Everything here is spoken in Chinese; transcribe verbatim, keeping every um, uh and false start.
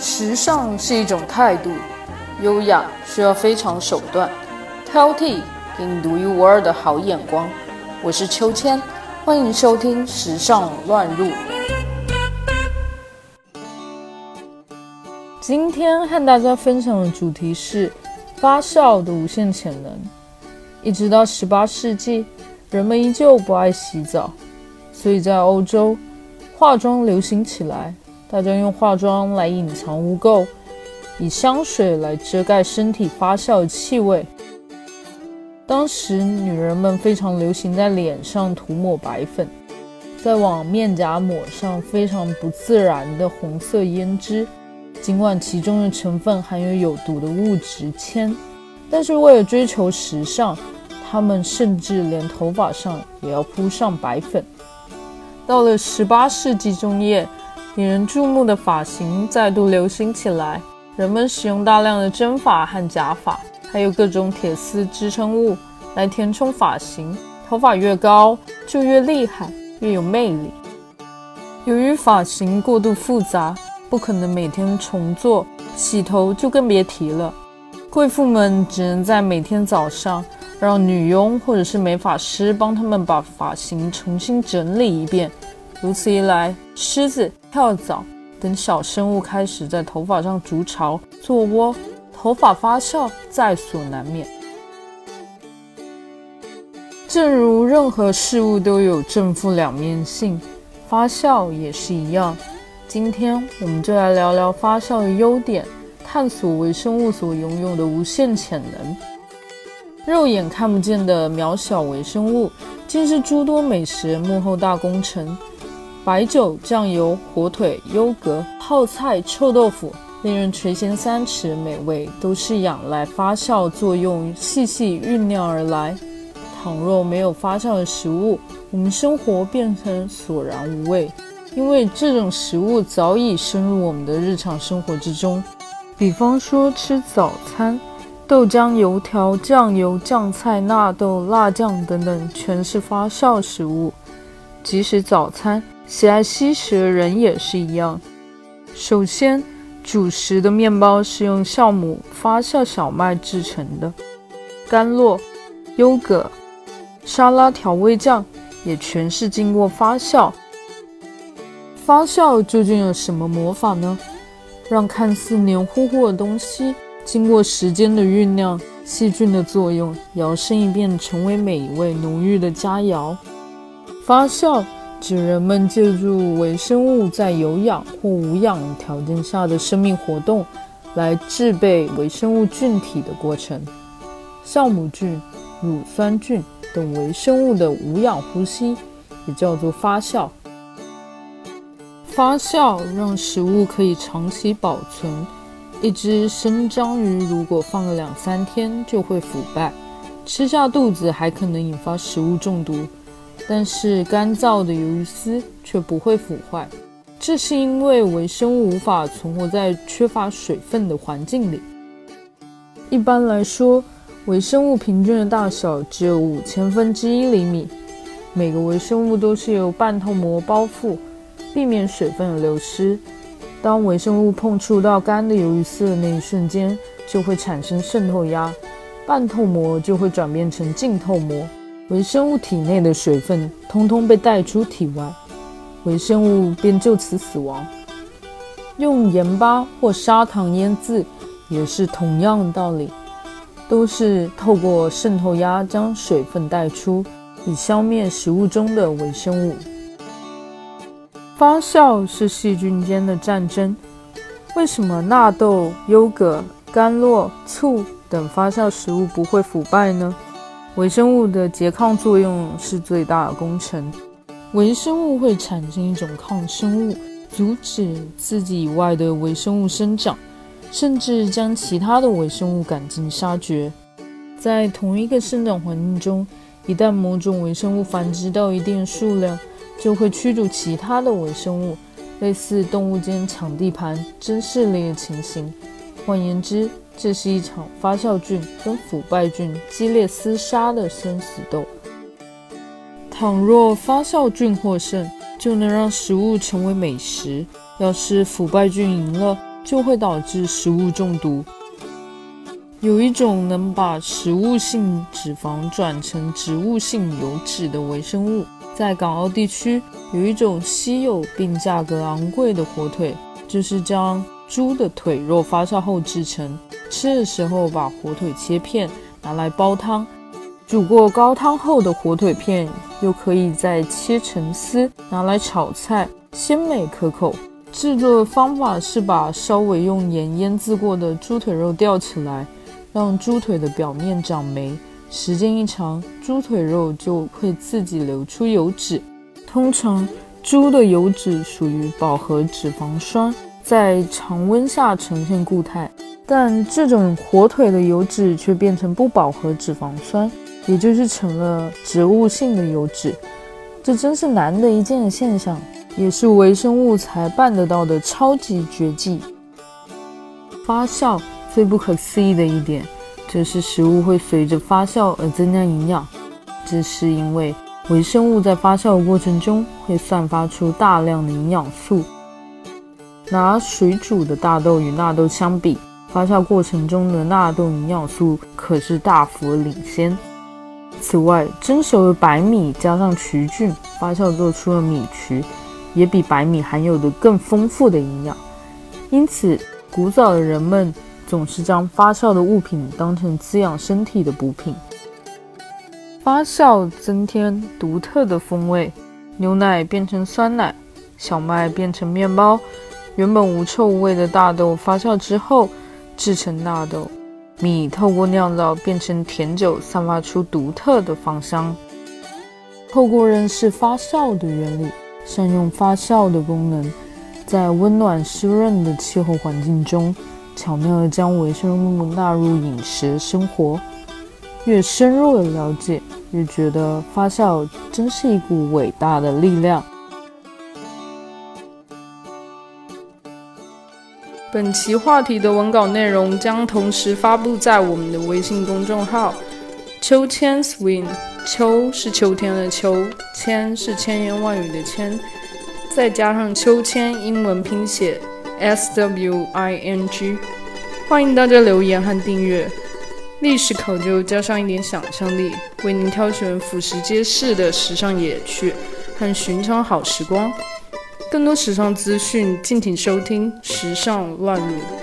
时尚是一种态度，优雅需要非常手段，挑剔给你独一无二的好眼光。我是秋千，欢迎收听时尚乱入。今天和大家分享的主题是发酵的无限潜能。一直到十八世纪，人们依旧不爱洗澡，所以在欧洲，化妆流行起来，大家用化妆来隐藏污垢，以香水来遮盖身体发酵的气味。当时女人们非常流行在脸上涂抹白粉，再往面颊抹上非常不自然的红色胭脂，尽管其中的成分含有有毒的物质铅，但是为了追求时尚，她们甚至连头发上也要铺上白粉。到了十八世纪中叶，引人注目的发型再度流行起来，人们使用大量的真发和假发，还有各种铁丝支撑物来填充发型，头发越高就越厉害，越有魅力。由于发型过度复杂，不可能每天重做，洗头就更别提了。贵妇们只能在每天早上让女佣或者是美发师帮他们把发型重新整理一遍，如此一来，虱子、跳蚤等小生物开始在头发上筑巢做窝，头发发酵在所难免。正如任何事物都有正负两面性，发酵也是一样。今天我们就来聊聊发酵的优点，探索微生物所拥有的无限潜能。肉眼看不见的渺小微生物，竟是诸多美食幕后大功臣。白酒、酱油、火腿、优格、泡菜、臭豆腐，令人垂涎三尺的美味，都是仰赖发酵作用细细酝酿而来。倘若没有发酵的食物，我们生活变成索然无味，因为这种食物早已深入我们的日常生活之中。比方说吃早餐，豆浆、油条、酱油、酱菜、纳豆、辣酱等等，全是发酵食物。即使早餐，喜爱西食的人也是一样。首先，主食的面包是用酵母发酵小麦制成的，干酪、优格、沙拉调味酱也全是经过发酵。发酵究竟有什么魔法呢？让看似黏糊糊的东西经过时间的酝酿，细菌的作用，摇身一变成为美味浓郁的佳肴。发酵指人们借助微生物在有氧或无氧条件下的生命活动，来制备微生物菌体的过程。酵母菌、乳酸菌等微生物的无氧呼吸也叫做发酵。发酵让食物可以长期保存，一只生章鱼如果放个两三天就会腐败，吃下肚子还可能引发食物中毒。但是干燥的鱿鱼丝却不会腐坏，这是因为微生物无法存活在缺乏水分的环境里。一般来说，微生物平均的大小只有五千分之一厘米，每个微生物都是由半透膜包覆，避免水分的流失。当微生物碰触到干的鱿鱼丝的那一瞬间，就会产生渗透压，半透膜就会转变成净透膜，微生物体内的水分通通被带出体外，微生物便就此死亡。用盐巴或砂糖腌渍也是同样的道理，都是透过渗透压将水分带出，以消灭食物中的微生物。发酵是细菌间的战争。为什么纳豆、优格、干酪、醋等发酵食物不会腐败呢？微生物的拮抗作用是最大的功臣。微生物会产生一种抗生物，阻止自己以外的微生物生长，甚至将其他的微生物赶尽杀绝。在同一个生长环境中，一旦某种微生物繁殖到一定数量，就会驱逐其他的微生物，类似动物间抢地盘、争势力的情形。换言之，这是一场发酵菌跟腐败菌激烈厮杀的生死斗。倘若发酵菌获胜，就能让食物成为美食；要是腐败菌赢了， 就会导致食物中毒。有一种能把食物性脂肪转成植物性油脂的微生物，在港澳地区有一种稀有并价格昂贵的火腿，就是将猪的腿肉发酵后制成，吃的时候把火腿切片拿来煲汤，煮过高汤后的火腿片又可以再切成丝拿来炒菜，鲜美可口。制作的方法是把稍微用盐腌制过的猪腿肉吊起来，让猪腿的表面长霉，时间一长，猪腿肉就会自己流出油脂。通常猪的油脂属于饱和脂肪酸，在常温下呈现固态，但这种火腿的油脂却变成不饱和脂肪酸，也就是成了植物性的油脂。这真是难得一见的现象，也是微生物才办得到的超级绝技。发酵最不可思议的一点，就是食物会随着发酵而增加营养。这是因为微生物在发酵的过程中会散发出大量的营养素。拿水煮的大豆与纳豆相比，发酵过程中的纳豆营养素可是大幅领先。此外，蒸熟的白米加上曲菌发酵做出了米曲，也比白米含有的更丰富的营养。因此，古早的人们总是将发酵的物品当成滋养身体的补品。发酵增添独特的风味，牛奶变成酸奶，小麦变成面包，原本无臭无味的大豆发酵之后制成纳豆，米透过酿造变成甜酒，散发出独特的芳香。透过认识发酵的原理，善用发酵的功能，在温暖湿润的气候环境中，巧妙地将微生物纳入饮食生活。越深入的了解，越觉得发酵真是一股伟大的力量。本期话题的文稿内容将同时发布在我们的微信公众号秋千 swing， 秋是秋天的秋，千是千言万语的千，再加上秋千英文拼写 S W I N G。 欢迎大家留言和订阅。历史考究加上一点想象力，为您挑选俯拾皆是的时尚野趣和寻常好时光。更多时尚资讯，敬请收听《时尚乱入》。